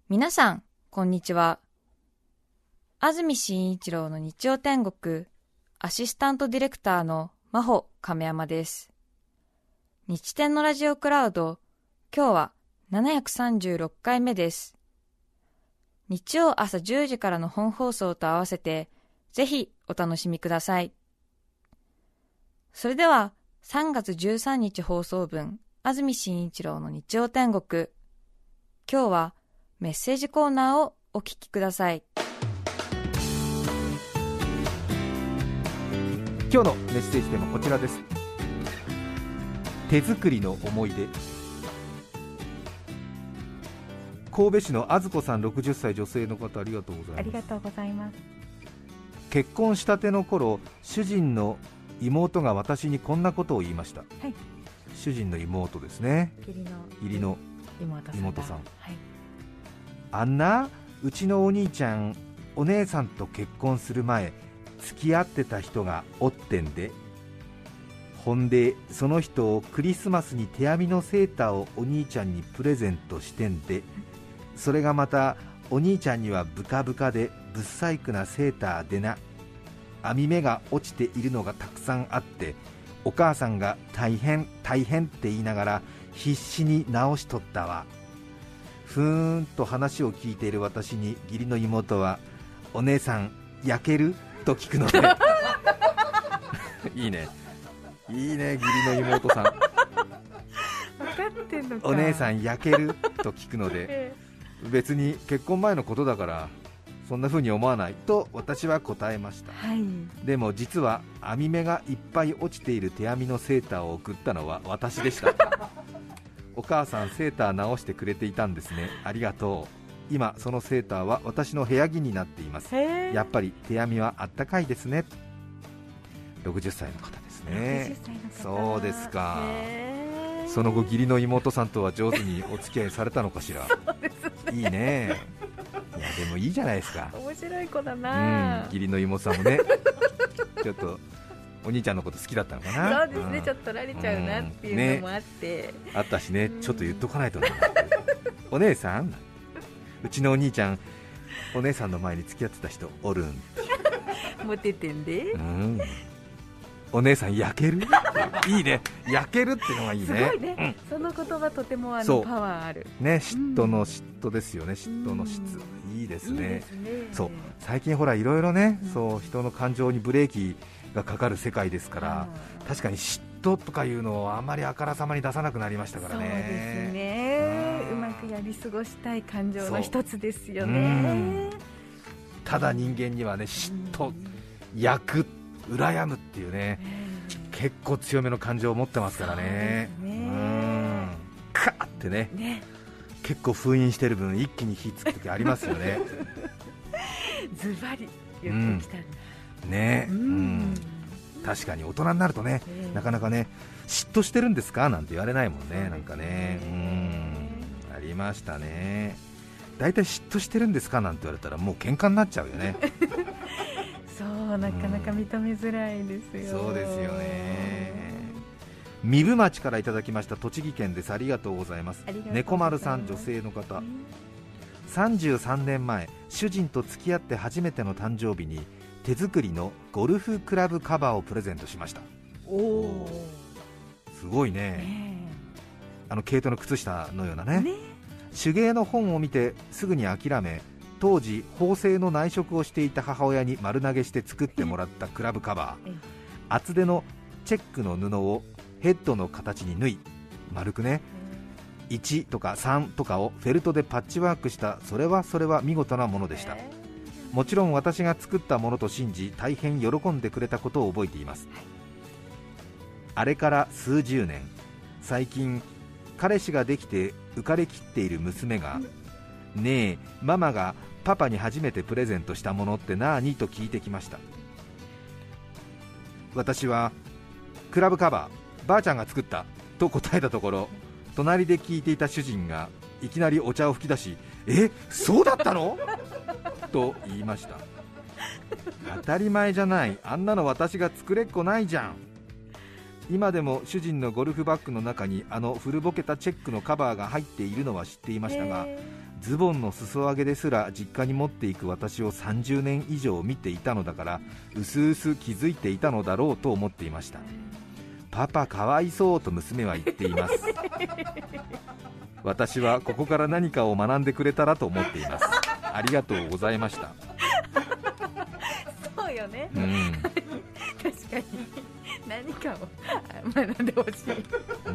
皆さん、こんにちは。安住紳一郎の日曜天国、アシスタントディレクターの真帆亀山です。日天のラジオクラウド、今日は736回目です。日曜朝10時からの本放送と合わせて、ぜひお楽しみください。それでは、3月13日放送分、安住紳一郎の日曜天国。今日はメッセージコーナーをお聞きください。 今日のメッセージテーマはこちらです。手作りの思い出。神戸市のあずこさん60歳女性の方、ありがとうございます。 ありがとうございます。 結婚したての頃、主人の妹が私にこんなことを言いました、 はい、 主人の妹ですね。義理の妹さん、 はい、 あんな、うちのお兄ちゃんお姉さんと結婚する前付き合ってた人がおってんで、ほんでその人をクリスマスに手編みのセーターをお兄ちゃんにプレゼントしてんで、それがまたお兄ちゃんにはブカブカでブッサイクなセーターでな、編み目が落ちているのがたくさんあって、お母さんが大変大変って言いながら必死に直しとったわ。ふーんと話を聞いている私に義理の妹は、お姉さん焼けると聞くのでいいねいいね、義理の妹さん分かってんのか。 お姉さん焼けると聞くので別に結婚前のことだからそんな風に思わないと私は答えました、 はい、 でも実は編み目がいっぱい落ちている手編みのセーターを送ったのは私でしたお母さんセーター直してくれていたんですね、ありがとう。今そのセーターは私の部屋着になっています。やっぱり手編みはあったかいですね。60歳の方ですね。 60歳の方。 そうですか。その後義理の妹さんとは上手にお付き合いされたのかしらそうですね。 いいね。いやでもいいじゃないですか。 面白い子だな。 義理の妹さんもねちょっとお兄ちゃんのこと好きだったのかな。 そうですね、ちょっと取られちゃうなっていうのもあって、 あったしね、ちょっと言っとかないとなお姉さん、うちのお兄ちゃんお姉さんの前に付き合ってた人おるんモテてんで、 お姉さん焼けるいいね、焼けるっていうのがいいね。 すごいね、その言葉とてもパワーあるね、嫉妬の嫉妬ですよね、嫉妬の質、いいですね。 いいですね。 そう最近ほらいろいろね、そう人の感情にブレーキがかかる世界ですから、確かに嫉妬とかいうのをあまりあからさまに出さなくなりましたからね。 そうですね、うまくやり過ごしたい感情の一つですよね。 ただ人間にはね、嫉妬、焼く、羨むっていうね、結構強めの感情を持ってますからね。カーってね、結構封印してる分一気に火つく時ありますよねズバリ言ってきたんだね。確かに大人になるとね、なかなかね、嫉妬してるんですかなんて言われないもんね。なんかね、ありましたね。だいたい嫉妬してるんですかなんて言われたらもう喧嘩になっちゃうよねそう、なかなか認めづらいですよ。 そうですよね。壬生町からいただきました。栃木県です。ありがとうございます。猫丸さん、女性の方。33年前、主人と付き合って初めての誕生日に手作りのゴルフクラブカバーをプレゼントしました。すごいね。毛糸の靴下のようなね。手芸の本を見てすぐに諦め、当時縫製の内職をしていた母親に丸投げして作ってもらったクラブカバー。厚手のチェックの布をヘッドの形に縫い、丸くね、1とか3とかをフェルトでパッチワークした。それは見事なものでした。もちろん私が作ったものと信じ大変喜んでくれたことを覚えています。あれから数十年、最近彼氏ができて浮かれきっている娘が、ねえママがパパに初めてプレゼントしたものって何と聞いてきました。私はクラブカバー、ばあちゃんが作ったと答えたところ、隣で聞いていた主人がいきなりお茶を吹き出し、そうだったのと言いました。当たり前じゃない、あんなの私が作れっこないじゃん。今でも主人のゴルフバッグの中にあの古ぼけたチェックのカバーが入っているのは知っていましたが、 ズボンの裾上げですら実家に持っていく私を30年以上見ていたのだから、うすうす気づいていたのだろうと思っていました。パパかわいそうと娘は言っています。私はここから何かを学んでくれたらと思っています。ありがとうございました。 そうよね、 うん、 確かに何かを学んでほしい。 うん、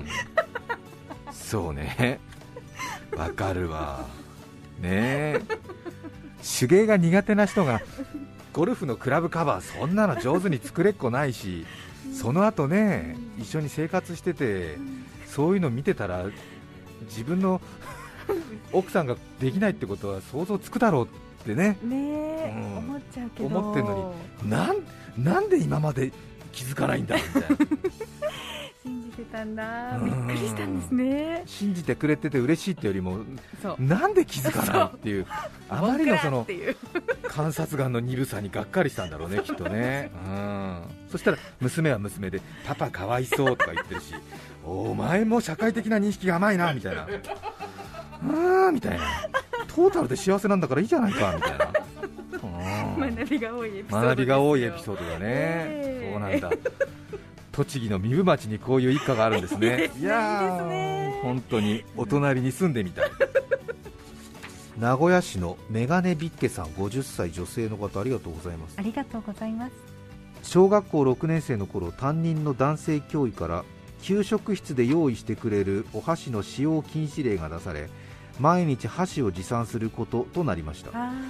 そうね、わかるわね。手芸が苦手な人がゴルフのクラブカバー、そんなの上手に作れっこないし、その後ね、一緒に生活しててそういうの見てたら自分の奥さんができないってことは想像つくだろうってね、 思っちゃうけど、 思ってんのになんで今まで気づかないんだみたいな信じてたんだ、びっくりしたんですね。 信じてくれてて嬉しいってよりも、 そうなんで気づかないっていう、あまりのその僕らっていう観察眼の鈍さにがっかりしたんだろうね、きっとね。そしたら娘は娘でパパかわいそうとか言ってるし、お前も社会的な認識が甘いなみたいな、みたいな、トータルで幸せなんだからいいじゃないかみたいな、 学びが多いエピソード、 学びが多いエピソードだね、そうなんだ。栃木の壬生町にこういう一家があるんですね。いやー、本当にお隣に住んでみたい。名古屋市のメガネビッケさん、50歳女性の方、ありがとうございます。 ありがとうございます。 小学校6年生の頃、担任の男性教諭から給食室で用意してくれるお箸の使用禁止令が出され、毎日箸を持参することとなりました。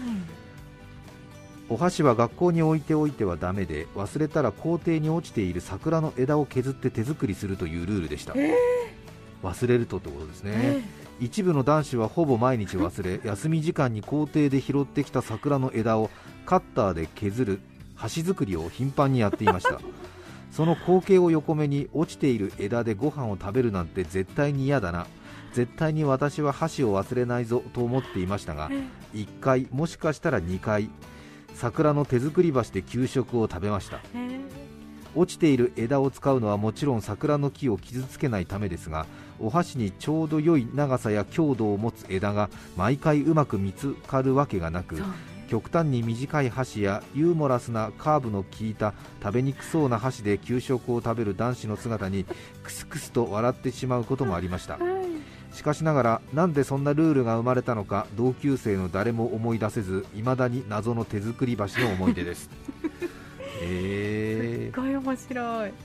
お箸は学校に置いておいてはダメで、忘れたら校庭に落ちている桜の枝を削って手作りするというルールでした。忘れるとってことですね。一部の男子はほぼ毎日忘れ、休み時間に校庭で拾ってきた桜の枝をカッターで削る箸作りを頻繁にやっていました。その光景を横目に、落ちている枝でご飯を食べるなんて絶対に嫌だな、絶対に私は箸を忘れないぞと思っていましたが、1回もしかしたら2回、桜の手作り箸で給食を食べました。落ちている枝を使うのはもちろん桜の木を傷つけないためですが、お箸にちょうど良い長さや強度を持つ枝が毎回うまく見つかるわけがなく、極端に短い箸やユーモラスなカーブの効いた食べにくそうな箸で給食を食べる男子の姿にクスクスと笑ってしまうこともありました。しかしながら、なんでそんなルールが生まれたのか同級生の誰も思い出せず、未だに謎の手作り箸の思い出です。 すごい面白い。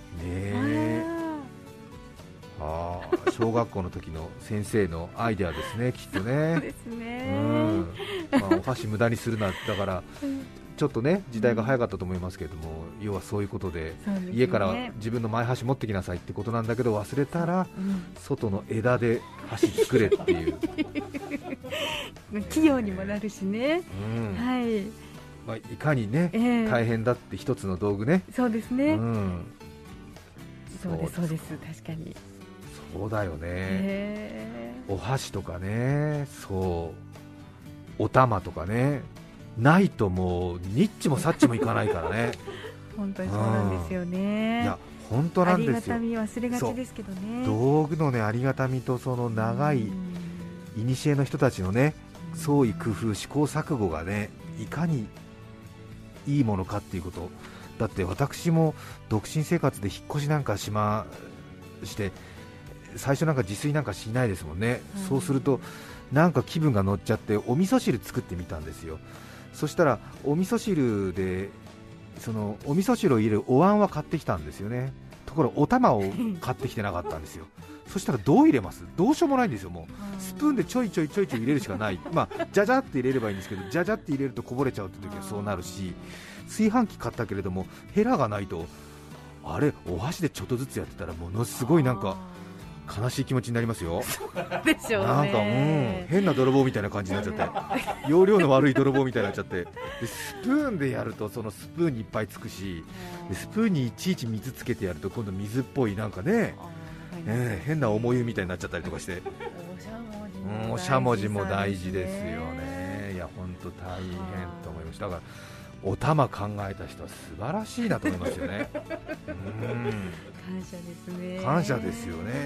小学校の時の先生のアイデアですね、きっとね。 そうですね。 お箸無駄にするな、だからちょっとね時代が早かったと思いますけれども、要はそういうことで、家から自分のマイ箸持ってきなさいってことなんだけど、忘れたら外の枝で箸作れっていう器用にもなるしね。 いかにね、大変だって一つの道具ね。 そうですね、そうですそうです、確かにそうだよね。お箸とかね、そうお玉とかね、ないともうニッチもサッチもいかないからね。 本当にそうなんですよね。 いや本当なんですよ。 ありがたみ忘れがちですけどね。 道具のねありがたみと、その長い古の人たちのね創意工夫試行錯誤がね、いかにいいものかっていうこと。だって私も独身生活で引っ越しなんかして最初なんか自炊なんかしないですもんね。そうするとなんか気分が乗っちゃってお味噌汁作ってみたんですよ。そしたらお味噌汁でそのお味噌汁を入れるお椀は買ってきたんですよね。ところお玉を買ってきてなかったんですよ。そしたらどう入れます？どうしようもないんですよ。もうスプーンでちょいちょい入れるしかない。じゃじゃって入れればいいんですけど、じゃじゃって入れるとこぼれちゃうって時はそうなるし、炊飯器買ったけれどもヘラがないと、あれお箸でちょっとずつやってたらものすごいなんか悲しい気持ちになりますよ。 でしょうね。 なんか、変な泥棒みたいな感じになっちゃって容量の悪い泥棒みたいになっちゃって、でスプーンでやるとそのスプーンにいっぱいつくし、でスプーンにいちいち水つけてやると今度水っぽいなんかね、変な重湯みたいになっちゃったりとかして、おしゃもじも大事ですよね。いや本当大変と思いました。だからお玉考えた人は素晴らしいなと思いますよね。 感謝ですね。 感謝ですよね。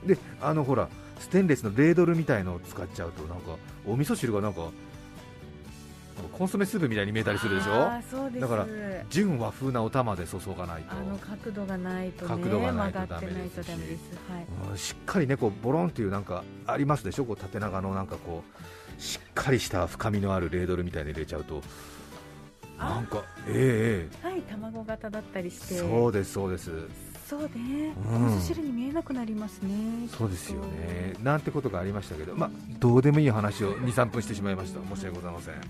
でほらステンレスのレードルみたいのを使っちゃうとなんかお味噌汁がなんかコンソメスープみたいに見えたりするでしょ。 そうです。 だから純和風なお玉で注がないと、 角度がないとね、 角度がないと曲がってないとダメです。はい、 しっかりねこうボロンっていうなんかありますでしょ、こう縦長のなんかこうしっかりした深みのあるレードルみたいに入れちゃうとなんかはい、卵型だったりして。 そうですそうです。 そうね、お味噌汁に見えなくなりますね。 そうですよね、なんてことがありましたけど、どうでもいい話を 2,3 分してしまいました。申し訳ございません。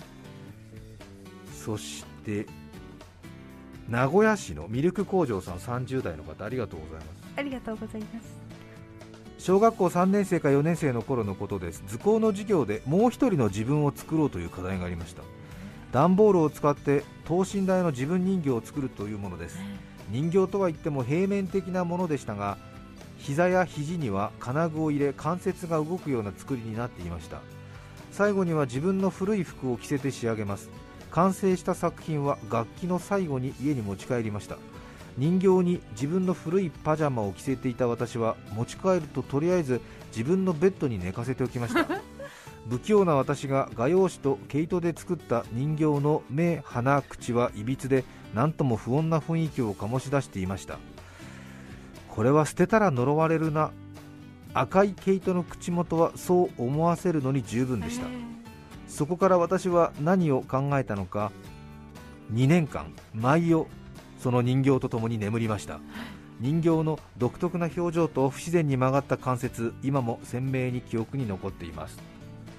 そして名古屋市のミルク工場さん30代の方、ありがとうございます。 ありがとうございます。 小学校3年生か4年生の頃のことです。図工の授業でもう一人の自分を作ろうという課題がありました。段ボールを使って等身大の自分人形を作るというものです。人形とは言っても平面的なものでしたが、膝や肘には金具を入れ関節が動くような作りになっていました。最後には自分の古い服を着せて仕上げます。完成した作品は楽器の最後に家に持ち帰りました。人形に自分の古いパジャマを着せていた私は持ち帰るととりあえず自分のベッドに寝かせておきました。不器用な私が画用紙と毛糸で作った人形の目、鼻、口はいびつで何とも不穏な雰囲気を醸し出していました。これは捨てたら呪われるな。赤い毛糸の口元はそう思わせるのに十分でした。そこから私は何を考えたのか、2年間毎夜その人形とともに眠りました。人形の独特な表情と不自然に曲がった関節、今も鮮明に記憶に残っています。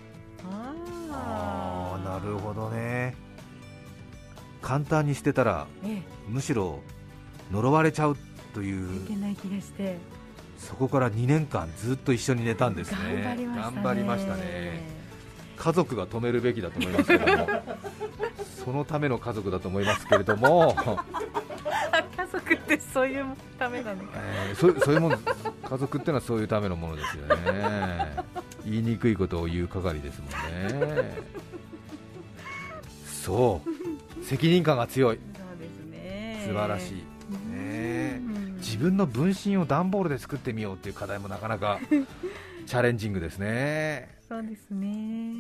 なるほどね。簡単に捨てたら、むしろ呪われちゃうという、 いけない気がして、 そこから2年間ずっと一緒に寝たんですね。 頑張りましたね。 家族が止めるべきだと思いますけどもそのための家族だと思いますけれども家族ってそういうためなのか、 そういうもの、家族ってのはそういうためのものですよね。言いにくいことを言う係ですもんね。そう責任感が強い。 そうですね、 素晴らしい、自分の分身を段ボールで作ってみようっていう課題もなかなかチャレンジングですね。 そうですね。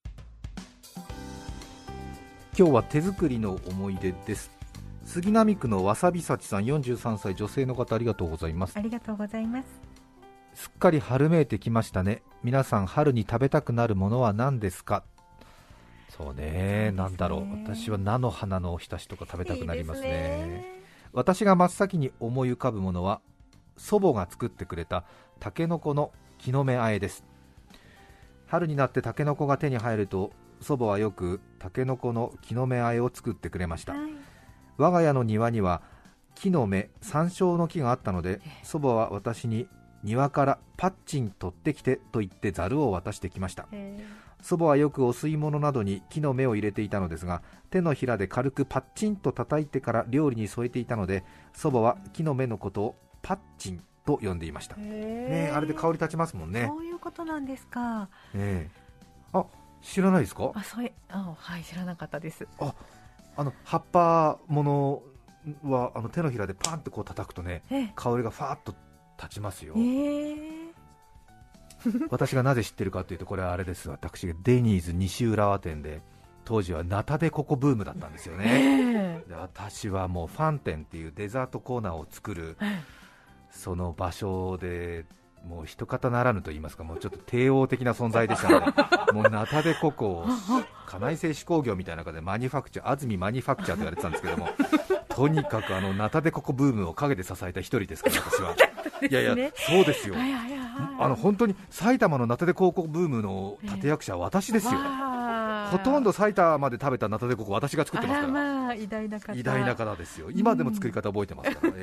今日は手作りの思い出です。杉並区のわさびさちさん、43歳女性の方、ありがとうございます。 ありがとうございます。 すっかり春めいてきましたね。皆さん春に食べたくなるものは何ですか。そうね、なんだろう、私は菜の花のおひたしとか食べたくなりますね。私が真っ先に思い浮かぶものは祖母が作ってくれたたけのこの木の芽あえです。春になってたけのこが手に入ると祖母はよくたけのこの木の芽あえを作ってくれました。我が家の庭には木の芽、山椒の木があったので、祖母は私に庭からパッチン取ってきてと言ってざるを渡してきました。祖母はよくお吸い物などに木の芽を入れていたのですが、手のひらで軽くパッチンと叩いてから料理に添えていたので、祖母は木の芽のことをパッチンと呼んでいました。ね、あれで香り立ちますもんね。 そういうことなんですか。 あ、知らないですか。 はい、知らなかったです。 葉っぱものは手のひらでパンとこう叩くとね、香りがファーッと立ちますよ。私がなぜ知ってるかというと、これはあれです。私がデニーズ西浦和店で当時はナタデココブームだったんですよね。で、私はもうファン店っていうデザートコーナーを作るその場所でもう一方ならぬと言いますか、もうちょっと帝王的な存在でしたのでもうナタデココを家内製紙工業みたいな中でマニファクチャー、安住マニファクチャーと言われてたんですけどもとにかくナタデココブームを陰で支えた一人ですから、私は。いやいや、そうですよ。本当に埼玉のナタデココブームの立役者は私ですよ。ほとんど埼玉で食べたナタデココ私が作ってますから。 偉大な方。 偉大な方ですよ。今でも作り方覚えてますから。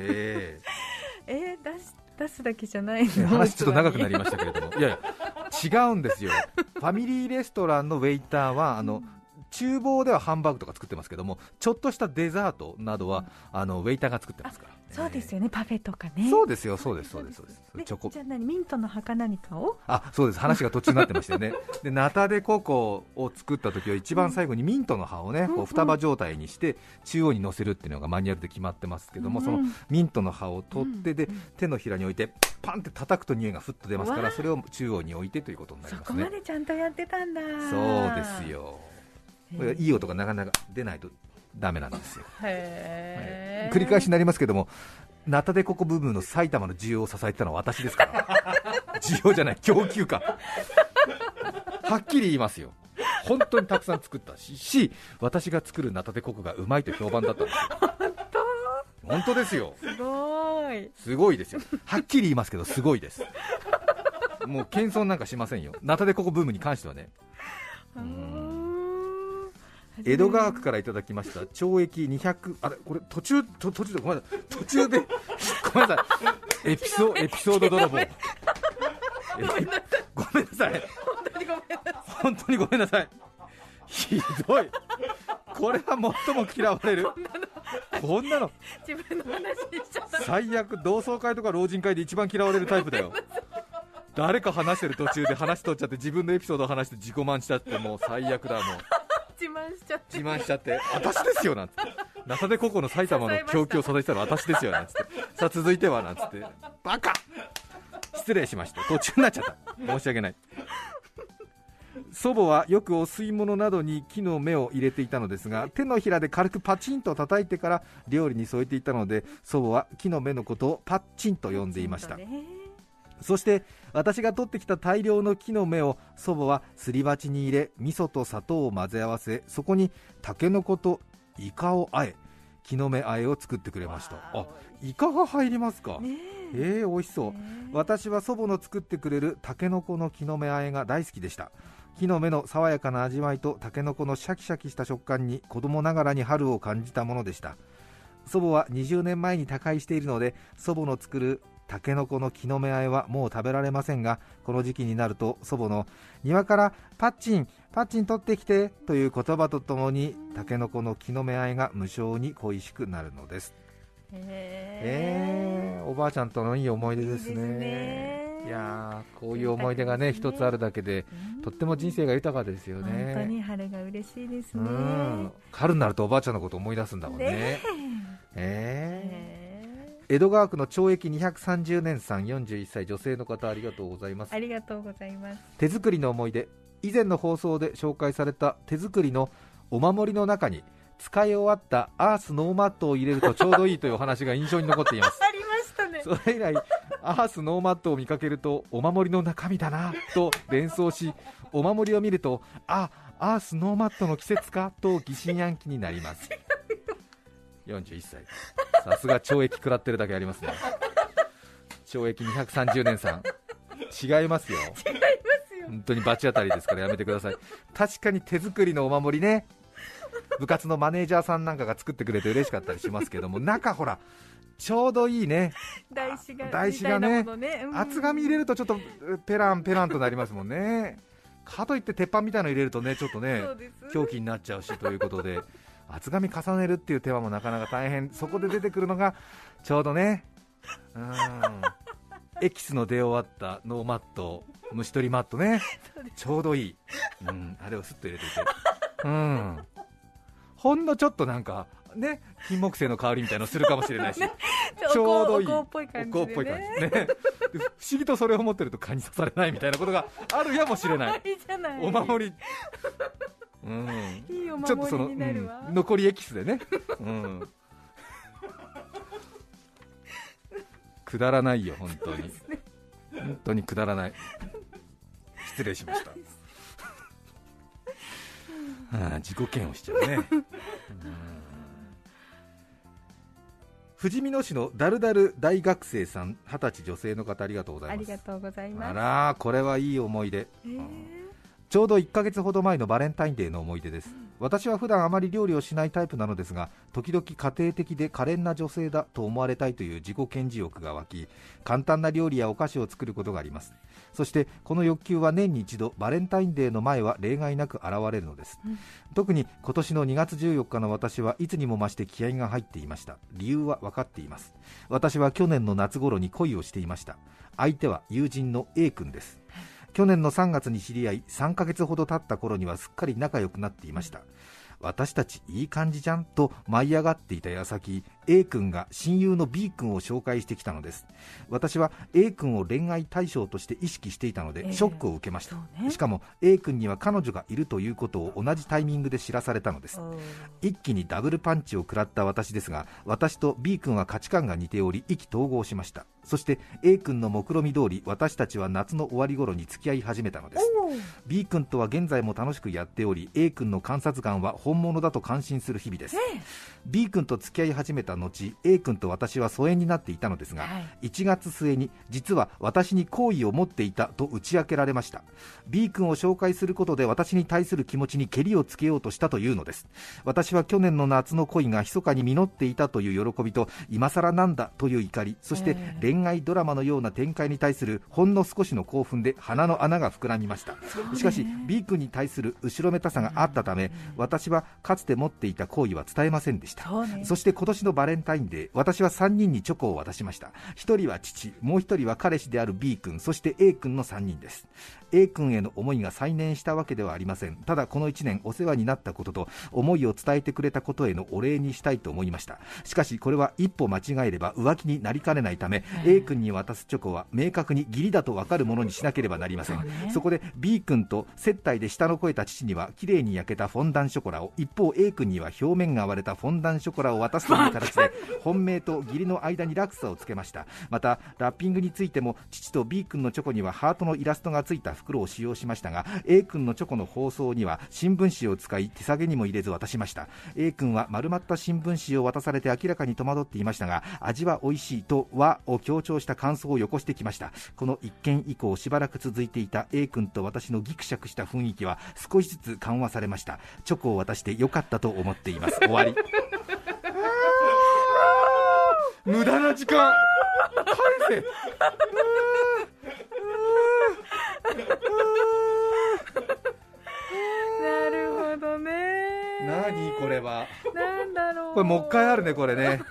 出すだけじゃないの。 話ちょっと長くなりましたけれども、いやいや違うんですよ。ファミリーレストランのウェイターは厨房ではハンバーグとか作ってますけども、ちょっとしたデザートなどは、ウェイターが作ってますから。 そうですよね、パフェとかね。 そうですよ、そうです、そうです、そうです。チョコ。 じゃあミントの葉か何かを。 そうです、話が途中になってましたよね。でナタデココを作った時は一番最後にミントの葉をね、こう双葉状態にして中央に乗せるっていうのがマニュアルで決まってますけども、そのミントの葉を取ってで、手のひらに置いてパンって叩くと匂いがふっと出ますから、それを中央に置いてということになりますね。 そこまでちゃんとやってたんだ。 そうですよ。いい音がなかなか出ないとダメなんですよ。繰り返しになりますけども、ナタデココブームの埼玉の需要を支えてたのは私ですから需要じゃない、供給かはっきり言いますよ。本当にたくさん作ったし、私が作るナタデココがうまいと評判だったんですよ。本当ですよ。すごいですよ。はっきり言いますけどすごいです。もう謙遜なんかしませんよ、ナタデココブームに関してはね。江戸川区からいただきました。懲役200、これ途中でごめんなさい、エピソード泥棒ごめんなさい、本当にごめんなさい、ひどい。これは最も嫌われる。こんなの自分の話しちゃった。 最悪、同窓会とか老人会で一番嫌われるタイプだよ。誰か話してる途中で話取っちゃって自分のエピソードを話して自己満しちゃって、もう最悪だ。もう自慢しちゃって私ですよなんつって、ナタデココの埼玉の供給を支えてたのは私ですよなんつって、さあ続いてはなんつって、バカ、失礼しました、途中になっちゃった、申し訳ない。祖母はよくお吸い物などに木の芽を入れていたのですが、手のひらで軽くパチンと叩いてから料理に添えていたので、祖母は木の芽のことをパッチンと呼んでいました。そして私が取ってきた大量の木の芽を祖母はすり鉢に入れ、味噌と砂糖を混ぜ合わせ、そこにタケノコとイカをあえ、木の芽あえを作ってくれました。イカが入りますか。美味しそう。私は祖母の作ってくれるタケノコの木の芽あえが大好きでした。木の芽の爽やかな味わいとタケノコのシャキシャキした食感に子供ながらに春を感じたものでした。祖母は20年前に他界しているので、祖母の作るタケノコの木の芽あえはもう食べられませんが、この時期になると祖母の庭からパッチン取ってきてという言葉とともにタケノコの木の芽あえが無性に恋しくなるのです。おばあちゃんとのいい思い出ですね。いやこういう思い出がね一つあるだけで、とっても人生が豊かですよね。 本当に春が嬉しいですね。 春になるとおばあちゃんのことを思い出すんだもんね。江戸川区の懲役230年さん、41歳女性の方、ありがとうございます。 ありがとうございます。 手作りの思い出。以前の放送で紹介された手作りのお守りの中に使い終わったアースノーマットを入れるとちょうどいいというお話が印象に残っていますありましたね。 それ以来アースノーマットを見かけるとお守りの中身だなと連想し、お守りを見るとアースノーマットの季節かと疑心暗鬼になります41歳、さすが懲役食らってるだけありますね。懲役230年さん、違いますよ。本当に罰当たりですからやめてください。確かに手作りのお守りね、部活のマネージャーさんなんかが作ってくれて嬉しかったりしますけども、中ほらちょうどいいね、 台紙がね、厚紙入れるとちょっとペランとなりますもんね。かといって鉄板みたいなの入れるとねちょっとね狂気になっちゃうしということで、厚紙重ねるっていう手間もなかなか大変。そこで出てくるのがちょうどね、エキスの出終わったノーマット、虫取りマットね、ちょうどいい、あれをスッと入れていて、ほんのちょっとなんかね、金木犀の香りみたいのするかもしれないし、ちょうどいい、お香っぽい感じね。不思議とそれを持ってると蚊に刺されないみたいなことがあるやもしれない。お守り、 いいお守りになるわ。 残りエキスでね、くだらないよ本当に、本当にくだらない。失礼しました自己嫌悪しちゃうねふじみ野市のダルダル大学生さん、20歳女性の方、ありがとうございます。 ありがとうございます。 あら、これはいい思い出。 ちょうど1ヶ月ほど前のバレンタインデーの思い出です。私は普段あまり料理をしないタイプなのですが、時々家庭的で可憐な女性だと思われたいという自己顕示欲が湧き、簡単な料理やお菓子を作ることがあります。そしてこの欲求は年に一度、バレンタインデーの前は例外なく現れるのです。特に今年の2月14日の私はいつにも増して気合が入っていました。理由は分かっています。私は去年の夏頃に恋をしていました。相手は友人の A 君です。去年の3月に知り合い、3ヶ月ほど経った頃にはすっかり仲良くなっていました。私たちいい感じじゃんと舞い上がっていた矢先、 A 君が親友の B 君を紹介してきたのです。私は A 君を恋愛対象として意識していたのでショックを受けました。しかも A 君には彼女がいるということを同じタイミングで知らされたのです。一気にダブルパンチを食らった私ですが、私と B 君は価値観が似ており意気投合しました。そして A 君の目論見通り、私たちは夏の終わり頃に付き合い始めたのです。B 君とは現在も楽しくやっており、 A 君の観察眼は本物だと感心する日々です。B 君と付き合い始めた後、 A 君と私は疎遠になっていたのですが、1月末に実は私に好意を持っていたと打ち明けられました。 B 君を紹介することで私に対する気持ちにけりをつけようとしたというのです。私は去年の夏の恋が密かに実っていたという喜びと、今更なんだという怒り、そして恋愛ドラマのような展開に対するほんの少しの興奮で鼻の穴が膨らみました。しかし B 君に対する後ろめたさがあったため、私はかつて持っていた好意は伝えませんでした。そして今年のバレンタインデー、私は3人にチョコを渡しました。1人は父、もう1人は彼氏である B 君、そして A 君の3人です。 A 君への思いが再燃したわけではありません。ただこの1年お世話になったことと思いを伝えてくれたことへのお礼にしたいと思いました。しかしこれは一歩間違えれば浮気になりかねないため、A 君に渡すチョコは明確に義理だと分かるものにしなければなりません。そこで B 君と接待で舌の肥えた父には綺麗に焼けたフォンダンショコラを、一方 A 君には表面が割れたフォンダンショコラを渡すという形で本命と義理の間に落差をつけました。またラッピングについても、父と B 君のチョコにはハートのイラストがついた袋を使用しましたが、 A 君のチョコの包装には新聞紙を使い手提げにも入れず渡しました。 A 君は丸まった新聞紙を渡されて明らかに戸惑っていましたが、味は美味しいと和を強調した感想をよこしてきました。この一件以降しばらく続いていた A 君と私のギクシャクした雰囲気は少しずつ緩和されました。チョコを渡してよかったと思っています。終わり。無駄な時間返せ。 なるほどね。 何これは。 なんだろう。 これもう一回あるねこれね。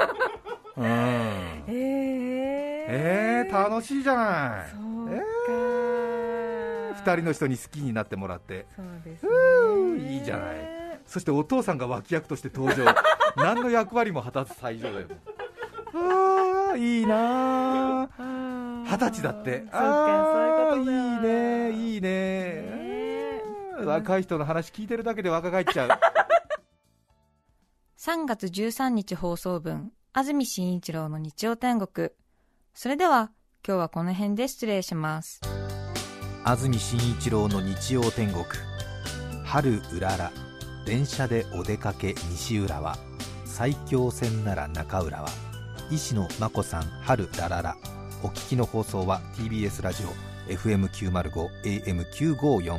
楽しいじゃない。 そうか、 2人の人に好きになってもらって。 そうですね、 いいじゃない。そしてお父さんが脇役として登場。何の役割も果たす最上だよ。いいな。20歳だって。 そうか、そういうことだ。 いいねいいね。若い人の話聞いてるだけで若返っちゃう。 3月13日放送分、安住紳一郎の日曜天国。それでは今日はこの辺で失礼します。 安住紳一郎の日曜天国。春うらら、電車でお出かけ西浦和、埼京線なら中浦和、石野真子さん春ららら。お聞きの放送は TBS ラジオ FM905 AM954。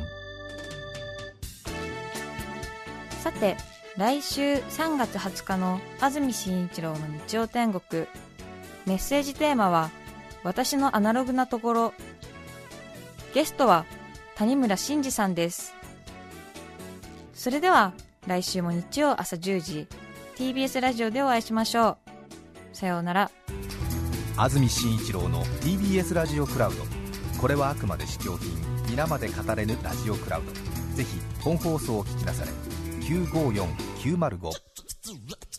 さて来週3月20日の安住紳一郎の日曜天国、メッセージテーマは私のアナログなところ。ゲストは谷村新司さんです。それでは来週も日曜朝10時 TBS ラジオでお会いしましょう。さようなら。 安住紳一郎の TBS ラジオクラウド。これはあくまで試供品、皆まで語れぬラジオクラウド。ぜひ本放送を聞きなされ。954905